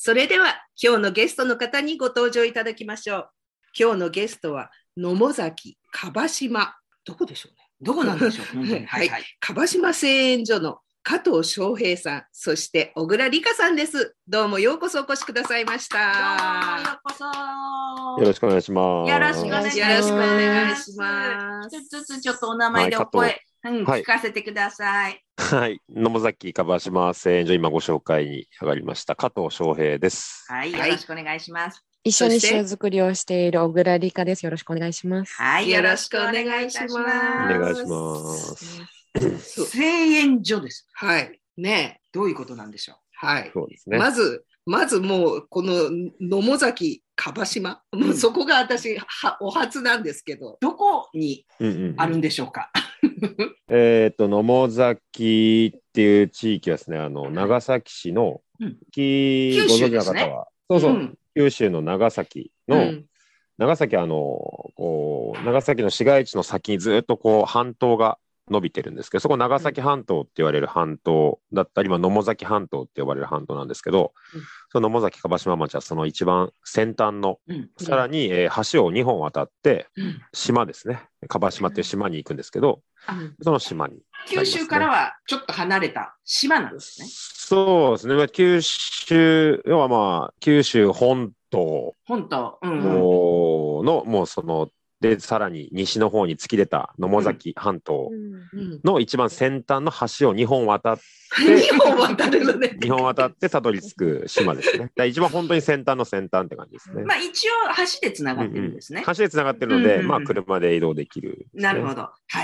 それでは今日のゲストの方にご登場いただきましょう。今日のゲストは野母崎樺島、どこでしょうね。 どこなんでしょう。 はい、樺島製塩所の加藤翔平さん、そして小倉理香さんです。どうもようこそお越しくださいました。 どうもようこそ。 よろしくお願いします。 よろしくお願いします。 よろしくお願いします。 一つずつちょっとお名前でお声、聞かせてください。 はい、野母崎樺島製塩所、今ご紹介に上がりました加藤翔平です。 はい、よろしくお願いします。 一緒に塩作りをしている小倉理香です。よろしくお願いします。 はい、よろしくお願いいたします。 お願いします。 製塩所です。 はいね、 どういうことなんでしょう。 はい、 そうですね。 まずもうこの野母崎樺島、もうそこが私お初なんですけど、 どこにあるんでしょうか。 野母崎っていう地域はですね、長崎市の、 九州ですね。 そうそう、九州の長崎の、長崎長崎の市街地の先にずっとこう半島が伸びてるんですけど、そこ長崎半島って言われる半島だったり、野母崎半島って呼ばれる半島なんですけど、その野母崎樺島町はその一番先端の、さらに、橋を2本渡って、島ですね、樺島っていう島に行くんですけど、その島に、ね、 九州からはちょっと離れた島なんですね。 そうですね、九州は九州本島の、もうそのでさらに西の方に突き出た野母崎半島の一番先端の橋を2本渡って2本渡ってたどり着く島ですね。一番本当に先端の先端って感じですね。 一応橋でつながってるんですね。 橋でつながってるので、車で移動できる、ね。 なるほど。はい。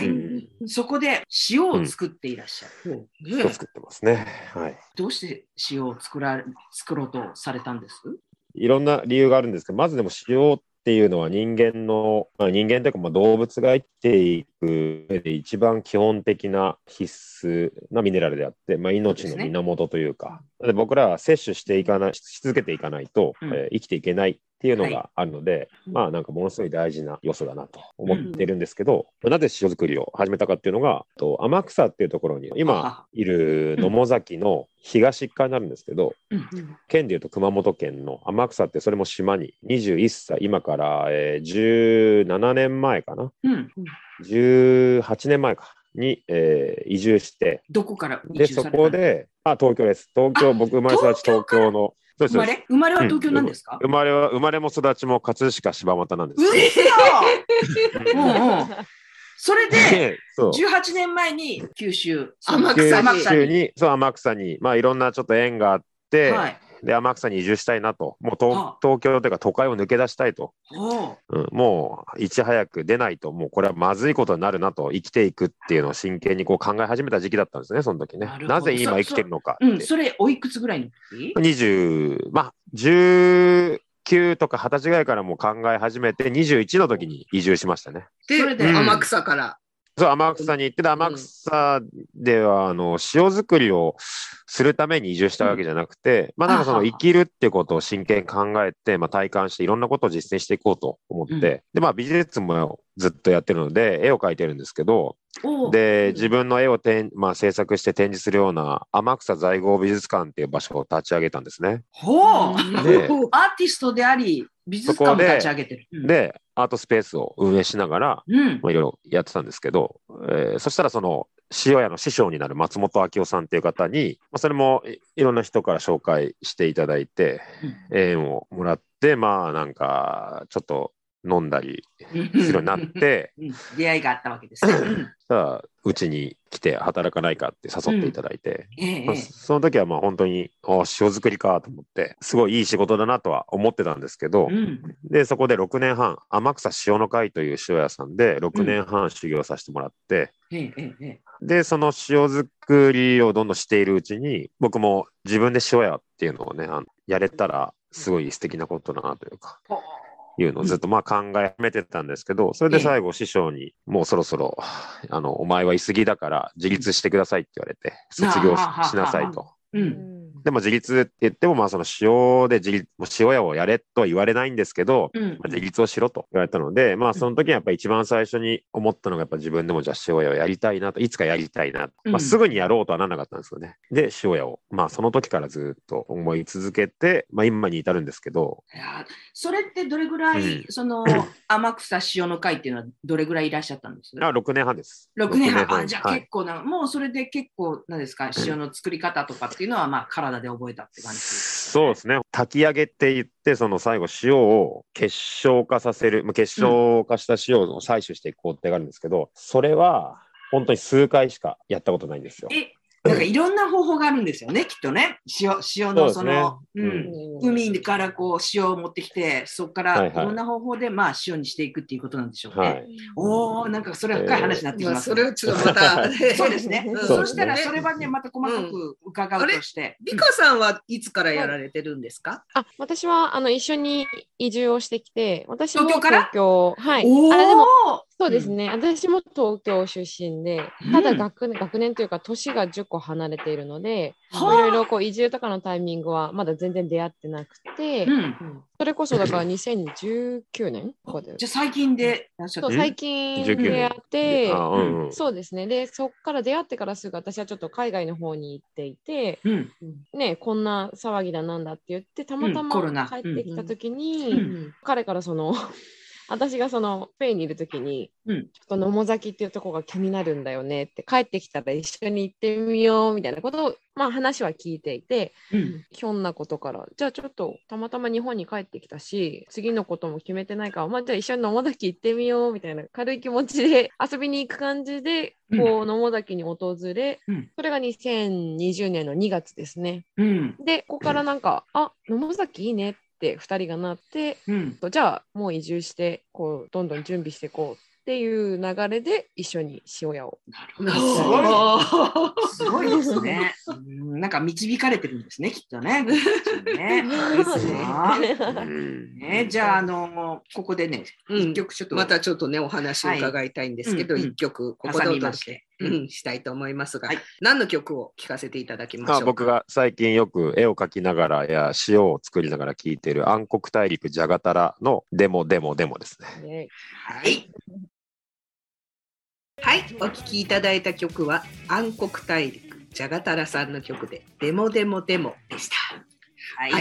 そこで塩を作っていらっしゃる。 塩を作ってますね。はい。 どうして塩を作ろうとされたんです？ いろんな理由があるんですけど、まずでも塩っていうのは人間というか動物が生きていく上で一番基本的な必須なミネラルであって、命の源というか、で僕らは摂取し続けていかないと、生きていけないっていうのがあるので、なんかものすごい大事な要素だなと思ってるんですけど、なぜ塩作りを始めたかっていうのが、天草っていうところに今いる野母崎の東側になるんですけど、県でいうと熊本県の天草って、それも島に21歳、今から17年前かな、18年前かに移住して、 どこから移住されたんですか？でそこで東京です。僕生まれ育ち東京の。 生まれは東京なんですか？ 生まれも育ちも葛飾柴又なんです。 それで18年前に九州天草にいろんなちょっと縁があって、で天草に移住したいなと、もう東京というか都会を抜け出したいと、もういち早く出ないと、もうこれはまずいことになるなと、生きていくっていうのを真剣に考え始めた時期だったんですね、その時ね。なぜ今生きてるのかって。 それおいくつぐらいの時 ？19とか20歳ぐらいからもう考え始めて、21の時に移住しましたね。 で、それで天草から。 そう、天草に行って、天草では塩作りをするために移住したわけじゃなくて、なんかその生きるってことを真剣に考えて、体感していろんなことを実践していこうと思って、で、美術もずっとやってるので、絵を描いてるんですけど、で、自分の絵を制作して展示するような天草在郷美術館っていう場所を立ち上げたんですね。 アーティストであり、美術館も立ち上げてる。 で、アートスペースを運営しながら、いろいろやってたんですけど、そしたらその塩屋の師匠になる松本明夫さんっていう方に、それもいろんな人から紹介していただいて、縁をもらって、なんかちょっと飲んだりするようになって出会いがあったわけですね。 さあうちに来て働かないかって誘っていただいて、その時は本当に塩作りかと思って、すごいいい仕事だなとは思ってたんですけど、でそこで6年半天草塩の会という塩屋さんで6年半修行させてもらって、でその塩作りをどんどんしているうちに、僕も自分で塩屋っていうのをねやれたらすごい素敵なことだなというか、いうのをずっと考え始めてたんですけど、それで最後師匠にもうそろそろお前は居すぎだから自立してくださいって言われて、卒業しなさいと。 でも自立って言っても、まあその塩でもう塩屋をやれとは言われないんですけど、まあ、自立をしろと言われたので、まあその時はやっぱり一番最初に思ったのがやっぱ自分でもじゃあ塩屋をやりたいなと、いつかやりたいなと。まあすぐにやろうとはならなかったんですよね。で、塩屋を、まあその時からずっと思い続けて、まあ今に至るんですけど。 いや、それってどれぐらい、その天草塩の会っていうのはどれぐらいいらっしゃったんですか ？6年半です。 6年半。じゃあ結構な、もうそれで結構、なんですか、塩の作り方とかっていうのは、まあ体で覚えたって感じですかね。 そうですね。炊き上げって言って、その最後塩を結晶化させる、結晶化した塩を採取していく工程があるんですけど、それは本当に数回しかやったことないんですよ。 なんかいろんな方法があるんですよね、きっとね。塩のその、海からこう塩を持ってきて、そこからいろんな方法でまあ塩にしていくっていうことなんでしょうね。おー、なんかそれは深い話になってきます、 それをちょっとまた。 そうですね。そしたらそれはね、また細かく伺うとして。 リカさんはいつからやられてるんですか？ 私は一緒に移住をしてきて、私も東京から？ はい。でもそうですね、私も東京出身で、ただ学年というか年が10個離れているので、いろいろこう移住とかのタイミングはまだ全然出会ってなくて、それこそだから2019年とかで。 じゃあ最近でいらっしゃった？ そう、最近出会って、そうですね。で、そこから出会ってからすぐ私はちょっと海外の方に行っていて、ね、こんな騒ぎだなんだって言って、たまたま帰ってきた時に、彼からその、私がそのスペインにいるときに、ちょっと野母崎っていうところが気になるんだよねって、帰ってきたら一緒に行ってみようみたいなことを、まあ話は聞いていて、ひょんなことから、じゃあちょっとたまたま日本に帰ってきたし、次のことも決めてないから、まあじゃあ一緒に野母崎行ってみようみたいな軽い気持ちで遊びに行く感じで、こう野母崎に訪れ、それが2020年の2月ですね。で、ここからなんか、野母崎いいねって2人がなって、じゃあもう移住してこうどんどん準備していこうっていう流れで一緒に塩屋を。 すごいですね。なんか導かれてるんですね、きっとね。じゃあここでね、一曲ちょっとまたちょっとねお話を伺いたいんですけど、一曲ここでお届けしたいと思いますが、何の曲を聴かせていただきましょうか？ 僕が最近よく絵を描きながらや塩を作りながら聴いている暗黒大陸ジャガタラのデモですね。 はい、お聴きいただいた曲は暗黒大陸ジャガタラさんの曲でデモでした。 はい。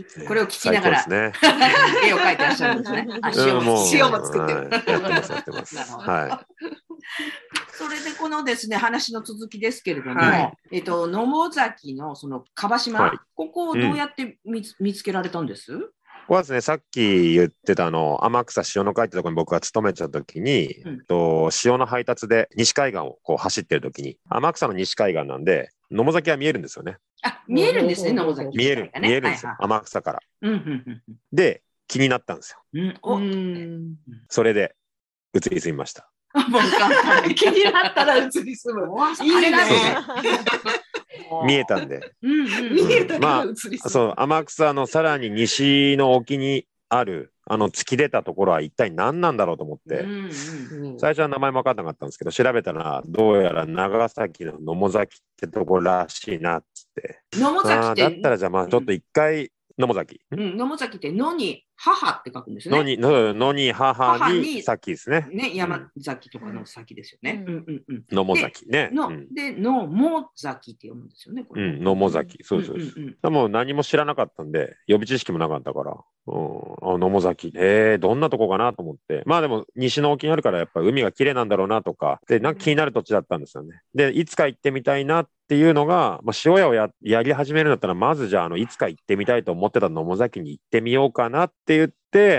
これを聞きながら、絵を描いてらっしゃるんですね。 塩も作ってる。 やってます。はい。 それでこのですね、話の続きですけれども、野母崎のその樺島、ここをどうやって見つけられたんです？ ここはですね、さっき言ってた天草塩の会ってところに僕が勤めてた時に、塩の配達で西海岸をこう走ってる時に、天草の西海岸なんで、野母崎は見えるんですよね。 見えるんですね、野母崎。 見えるんですよ、天草から。で、気になったんですよ。それで、移り住みました。 気になったら移り住む。いいね。 見えたんで。まあ、そう、天草のさらに西の沖にある、突き出たところは一体何なんだろうと思って、最初は名前も分からなかったんですけど、調べたら、どうやら長崎の野母崎ってところらしいなっつって。 野母崎って。 だったらじゃあまあちょっと一回、野母崎。 野母崎って野に母って書くんですね。 野に母に崎ですね。 山崎とかの崎ですよね。 野母崎ね。 で、野母崎って読むんですよね。 野母崎。そうそう。でも何も知らなかったんで、予備知識もなかったから、野母崎。どんなとこかなと思って。まあでも西の沖にあるからやっぱ海が綺麗なんだろうなとか、で、なんか気になる土地だったんですよね。で、いつか行ってみたいなっていうのが、まあ、塩屋をやり始めるんだったら、まずじゃあ、いつか行ってみたいと思ってた野母崎に行ってみようかなって言って、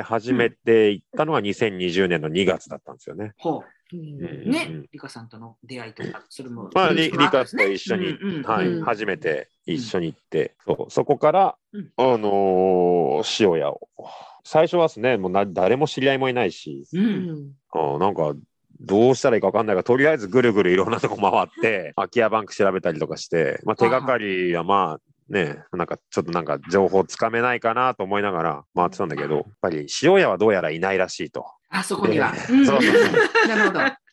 初めて行ったのが2020年の2月だったんですよね。 ね、リカさんとの出会いとか、それも。 まあ、リカと一緒に、初めて一緒に行って、そこから、塩屋を。最初はですね、もう誰も知り合いもいないし、なんか、どうしたらいいか分かんないが、とりあえずぐるぐるいろんなとこ回って、空き家バンク調べたりとかして、まあ、手がかりはまあね、なんかちょっとなんか情報つかめないかなと思いながら回ってたんだけど、やっぱり塩屋はどうやらいないらしいと。 そこには。 そう。 なるほど。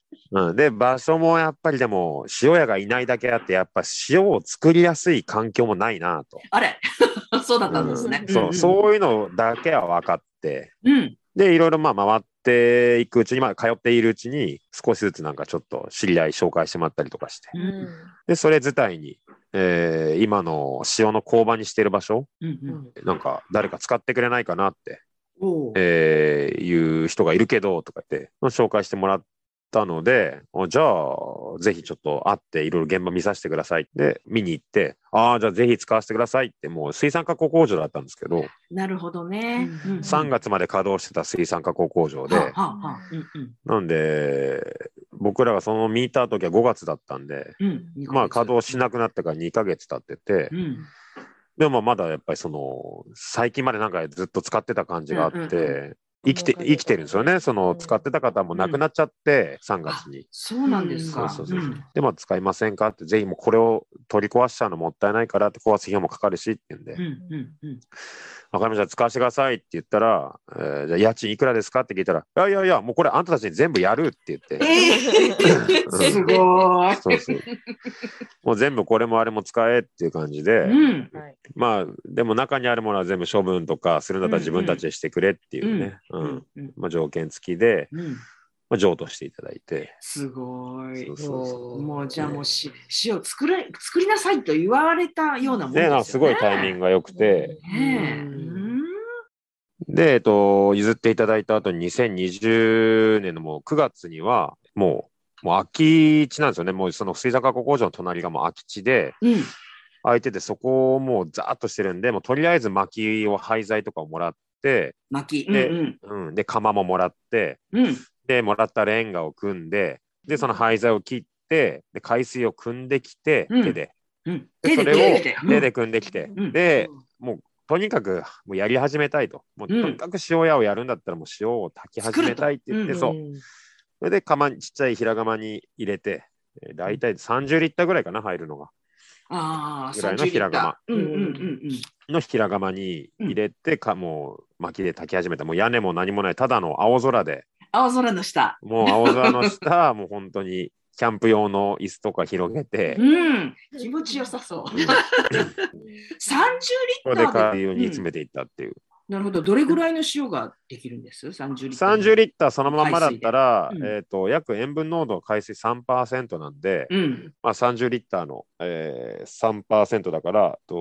で、場所もやっぱりでも、塩屋がいないだけあって、やっぱ塩を作りやすい環境もないなと。 あれそうだったんですね。 そういうのだけは分かって、で、いろいろ回っていくうちに、通っているうちに、少しずつなんかちょっと知り合い紹介してもらったりとかして、で、それ自体に、今の塩の工場にしてる場所、なんか誰か使ってくれないかなって、いう人がいるけど、とか言って、紹介してもらったので、じゃあ、ぜひちょっと会っていろいろ現場見させてくださいって見に行って、じゃあぜひ使わせてくださいって、もう水産加工工場だったんですけど、 なるほどね。 3月まで稼働してた水産加工工場で、なんで、僕らがその見た時は5月だったんで、稼働しなくなってから2ヶ月経ってて、でもまだやっぱり最近までなんかずっと使ってた感じがあって、生きてるんですよね。使ってた方も亡くなっちゃって、3月に。 そうなんですか。 で、使いませんかって、ぜひもうこれを取り壊しちゃうのもったいないからって、壊す費用もかかるしって言うんで、わかりました、使わせてくださいって言ったら、じゃあ家賃いくらですかって聞いたら、いや、もうこれあんたたちに全部やるって言って。 すごい。 もう全部これもあれも使えっていう感じで、でも中にあるものは全部処分とかするんだったら自分たちでしてくれっていうね、条件付きで、譲渡していただいて。 すごい。もうじゃあもう塩作りなさいと言われたようなもんですよね。 すごいタイミングが良くて。で、譲っていただいた後に2020年のもう9月にはもう空き地なんですよね。もうその水産加工工場の隣がもう空き地で、空いててそこをもうザーッとしてるんで、もうとりあえず薪を廃材とかをもらって、で、窯ももらって、で、もらったレンガを組んで、で、その廃材を切って、で、海水を汲んできて、手で。で、それを手で汲んできて、で、もう、とにかくもうやり始めたいと。もうとにかく塩屋をやるんだったらもう塩を炊き始めたいって言って、そう。それで、ちっちゃい平釜に入れて、だいたい30リッターぐらいかな、入るのが。ぐらいの平釜の平釜に入れて、もう薪で炊き始めた。もう屋根も何もない、ただの青空で。 青空の下。 もう青空の下、もう本当にキャンプ用の椅子とか広げて。 気持ちよさそう。30リッターで。 これで海を煮詰めていったっていう。 なるほど。どれぐらいの塩ができるんです ?30 リッター。 30リッターそのままだったら、約塩分濃度海水 3% なんで、30リッターの、3% だから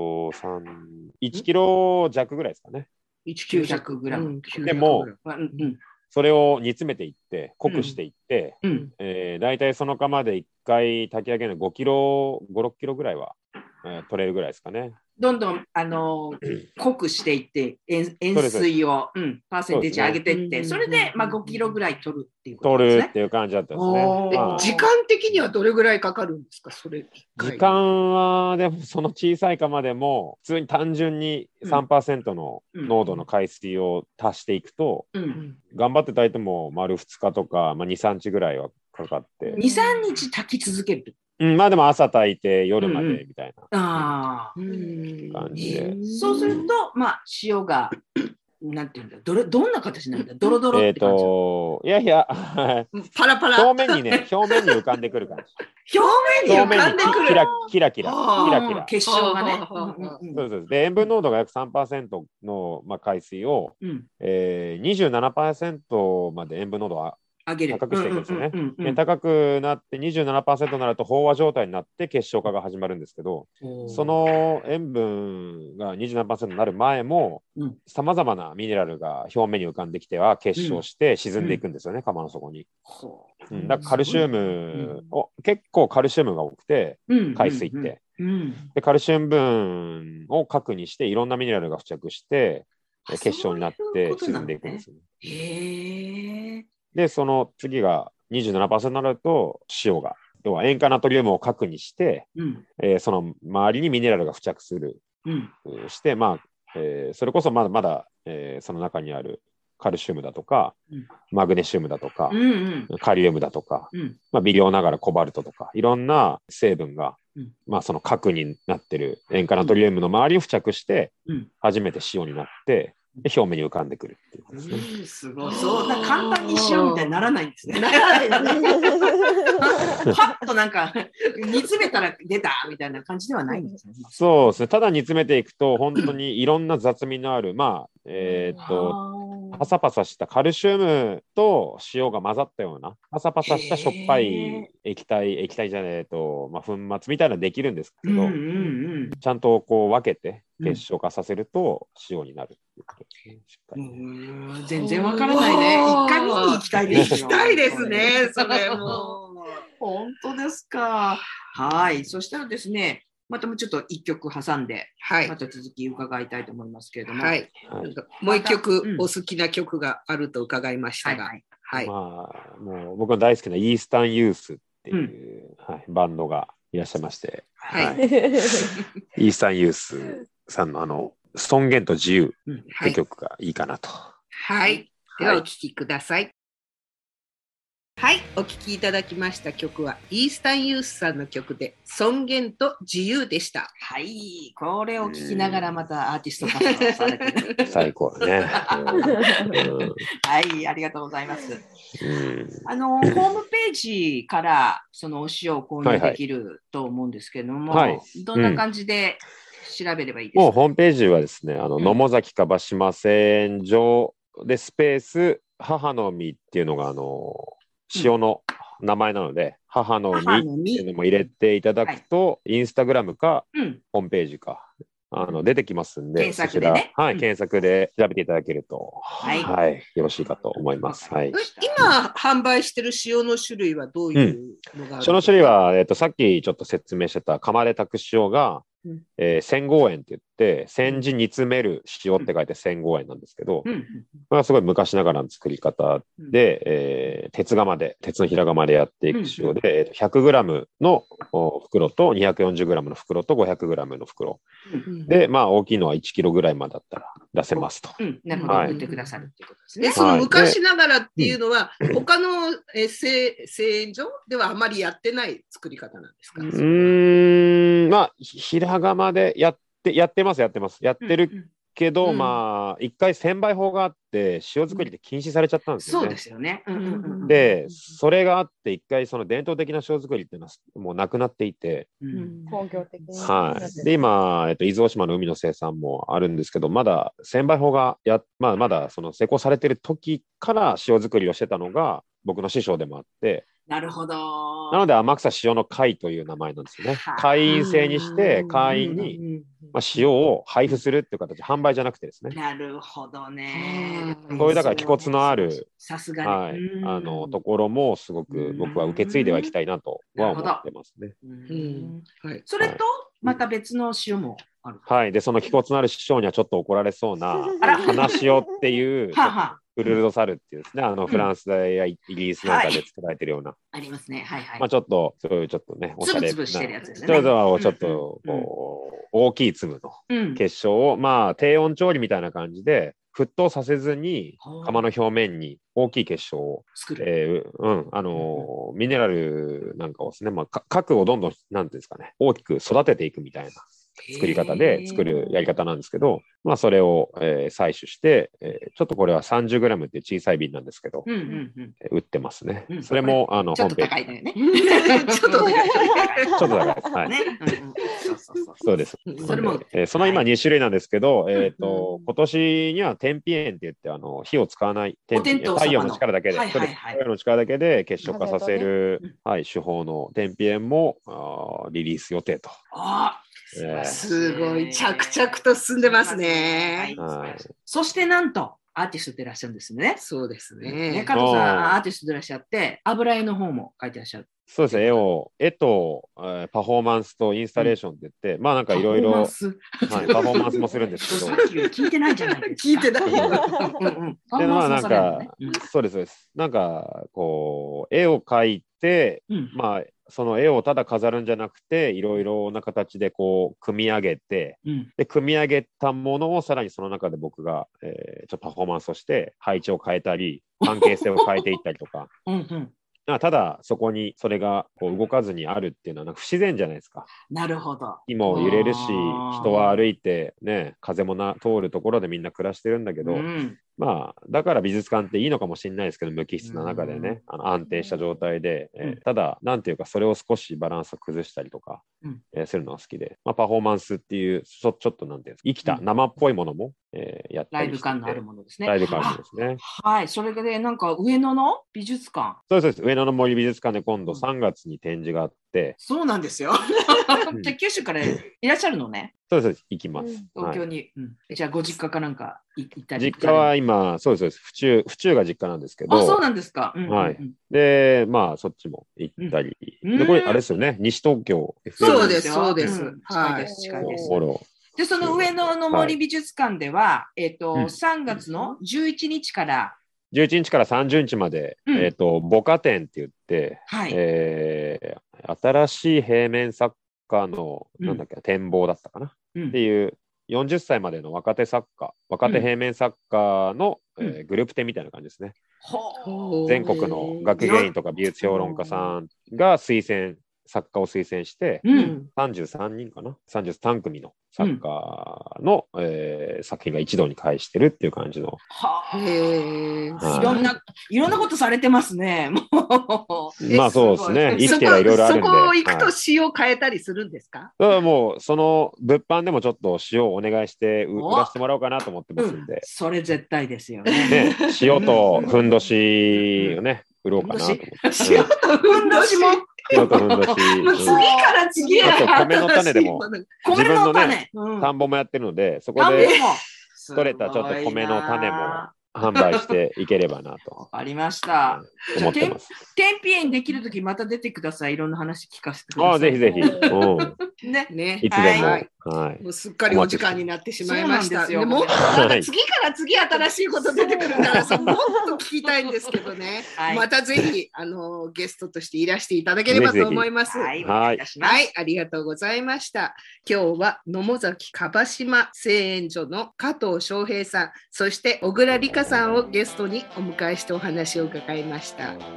、1キロ弱ぐらいですかね。 1900グラム。 でも、それを煮詰めていって、濃くしていって、大体その釜で1回炊き上げるの5キロ、5、6キロぐらいは、取れるぐらいですかね。 どんどん、濃くしていって、塩水を、パーセンテージ上げていって、それで、5キロぐらい取るっていうことですね。 取るっていう感じだったんですね。 時間的にはどれぐらいかかるんですか、それ。 時間は、でも、その小さい釜でも、普通に単純に 3% の濃度の海水を足していくと、頑張って炊いても、丸2日とか、2、3日ぐらいはかかって。 2、3日炊き続ける。 でも朝炊いて夜までみたいな感じで。 そうすると、塩が、なんていうんだ、どんな形なんだ、ドロドロって感じ。 いや、 パラパラ。 表面に浮かんでくる感じ。 表面に浮かんでくる。 キラキラ。 結晶がね。 そうで、塩分濃度が約 3% の海水を、27% まで塩分濃度は高くしていくんですよね。高くなって 27% になると飽和状態になって結晶化が始まるんですけど、その塩分が 27% になる前もさまざまなミネラルが表面に浮かんできては結晶して沈んでいくんですよね、釜の底に。だからカルシウム結構カルシウムが多くて、海水って。でカルシウム分を核にしていろんなミネラルが付着して結晶になって沈んでいくんですよね。で、その次が 27% になると塩が、要は塩化ナトリウムを核にして、その周りにミネラルが付着する、して、それこそまだ、その中にあるカルシウムだとか、マグネシウムだとか、カリウムだとか、微量ながらコバルトとか、いろんな成分が、その核になってる塩化ナトリウムの周りに付着して、初めて塩になって、 で表面に浮かんでくるっていうことですね。 すごい。そう簡単に塩みたいにならないんですね。パッとなんか煮詰めたら出たみたいな感じではないんですね。 そうですね。ただ煮詰めていくと本当にいろんな雑味のあるパサパサしたカルシウムと塩が混ざったようなパサパサしたしょっぱい液体じゃねえと、粉末みたいなのできるんですけど、ちゃんとこう分けて結晶化させると塩になるっていうことですね。しっかり全然わからないね。一回見に行きたいですよ。 行きたいですね。それも本当ですか。はい。そしたらですね、またもうちょっと一曲挟んで、また続き伺いたいと思いますけれども、 もう一曲お好きな曲があると伺いましたが、 もう僕の大好きなイースタンユースっていう、バンドがいらっしゃいまして、イースタンユースさんの尊厳と自由って曲がいいかなと。 ではお聴きください。お聴きいただきました曲はイースタンユースさんの曲で尊厳と自由でした。 これを聴きながらまたアーティスト活動されてる。 最高だね。 ありがとうございます。ホームページからそのお塩を購入できると思うんですけれども、どんな感じで調べればいいですか？ もうホームページはですね、野母崎樺島製塩所でスペース母の実っていうのが塩の名前なので、母の実っていうのも入れていただくと、インスタグラムか、ホームページか、出てきますんで、 検索でね。 検索で調べていただけると、よろしいかと思います。 今販売している塩の種類はどういうのがあるんですか？ 塩の種類は、さっきちょっと説明してた釜で炊く塩が、千合塩って言って、煎じ煮詰める塩って書いて千合塩なんですけど、これはすごい昔ながらの作り方で、鉄の平釜でやっていく塩で、100g の袋と 240g の袋と 500g の袋で、大きいのは 1kg ぐらいまでだったら出せますと。 なるほど、売ってくださるっていうことですね。 その昔ながらっていうのは、他の製塩所ではあまりやってない作り方なんですか？ 平釜でやってます。やってるけど、一回専売法があって塩作りって禁止されちゃったんですよね。 そうですよね。 で、それがあって一回その伝統的な塩作りっていうのはもうなくなっていて、 工業的に。 で今、伊豆大島の海の生産もあるんですけど、まだ専売法がまだその施行されてる時から塩作りをしてたのが僕の師匠でもあって。 なるほど。 なので天草塩の会という名前なんですよね。会員制にして会員に塩を配布するっていう形、販売じゃなくてですね。 なるほどね。 そういうだから気骨のあるさすがにところもすごく僕は受け継いではいきたいなとは思ってますね。 それとまた別の塩もある。 でその気骨のある師匠にはちょっと怒られそうな花塩っていうフルルドサルっていうですね、フランスやイギリスなんかで作られてるような。 ありますね。 ちょっと、そういうちょっとね、 おしゃれな。つぶつぶしてるやつですね。 ちょっと、大きい粒の結晶を、低温調理みたいな感じで、沸騰させずに、釜の表面に大きい結晶を、ミネラルなんかをですね、核をどんどん、なんていうんですかね、大きく育てていくみたいな。作り方で作るやり方なんですけど、それを、採取して、ちょっとこれは 30g っていう小さい瓶なんですけど、売ってますね。それもちょっと高いだよね。 ちょっと高い。 ちょっと高いです。そうです。その今2種類なんですけど、今年には天日塩って言って火を使わない太陽の力だけで、太陽の力だけで結晶化させる手法の天日塩もリリース予定と。 すごい着々と進んでますね。 そしてなんとアーティストでいらっしゃるんですね。 そうですね。 加藤さんアーティストでいらっしゃって油絵の方も描いてらっしゃる。 そうですね。絵とパフォーマンスとインスタレーションって言って、なんかいろいろパフォーマンスもするんですけど。 さっき聞いてないじゃないですか。 聞いてない。 でなんかそうです。なんかこう絵を描いて、その絵をただ飾るんじゃなくていろいろな形でこう組み上げて、で組み上げたものをさらにその中で僕が、ちょっとパフォーマンスをして配置を変えたり関係性を変えていったりとかただそこにそれがこう動かずにあるっていうのはなんか不自然じゃないですか。 なるほど。 木も揺れるし、人は歩いてね、風も通るところでみんな暮らしてるんだけど、まあだから美術館っていいのかもしれないですけど、無機質な中でね、安定した状態で、ただなんていうかそれを少しバランスを崩したりとか、するのが好きで、まあ、パフォーマンスっていうちょっとなんていうんですか、生きた生っぽいものも、やったりしてて、 ライブ感のあるものですね。 ライブ感あるですね。 はい、それでなんか上野の美術館。 そうです、上野の森美術館で今度3月に展示があって、 そうなんですよ。じゃあ九州からいらっしゃるのね。 そうです、行きます。 東京に、じゃあご実家かなんか行ったり。 実家は今、そうです、府中が実家なんですけど。 あ、そうなんですか。 はい。で、まあそっちも行ったり。で、これあれですよね、西東京。 そうです、そうです。 近いです、近いです。 フォロー。 で、その上野の森美術館では、3月の11日から、 11日から30日まで、ボカ展って言って、新しい平面作家の、なんだっけ、展望だったかな、っていう40歳までの若手平面作家の、グループ展みたいな感じですね。全国の学芸員とか美術評論家さんが作家を推薦して、33人かな、33組の作家の、作品が一堂に会してるっていう感じの。 いろんなことされてますね。 まあそうですね。生きてりゃいろいろあるんで。 そこ行くと詩を変えたりするんですか？ もうその物販でもちょっと詩をお願いして売らせてもらおうかなと思ってますんで。 それ絶対ですよね。 塩とふんどしをね、売ろうかなと思って。 塩とふんどしも。 塩とふんどし。 次から次へ。 あと米の種でも、自分のね、田んぼもやってるので、そこで取れたちょっと米の種も販売していければなと。 わかりました。 思ってます。 天日園できるときまた出てください。いろんな話聞かせてください。 ぜひぜひ。 ね。 いつでも。 もうすっかりお時間になってしまいました。でも、まだ次から次新しいこと出てくるからさ、もっと聞きたいんですけどね。またぜひ、ゲストとしていらしていただければと思います。はい、ありがとうございました。今日は野母崎樺島製塩所の加藤翔平さん、そして小倉理香さんをゲストにお迎えしてお話を伺いました。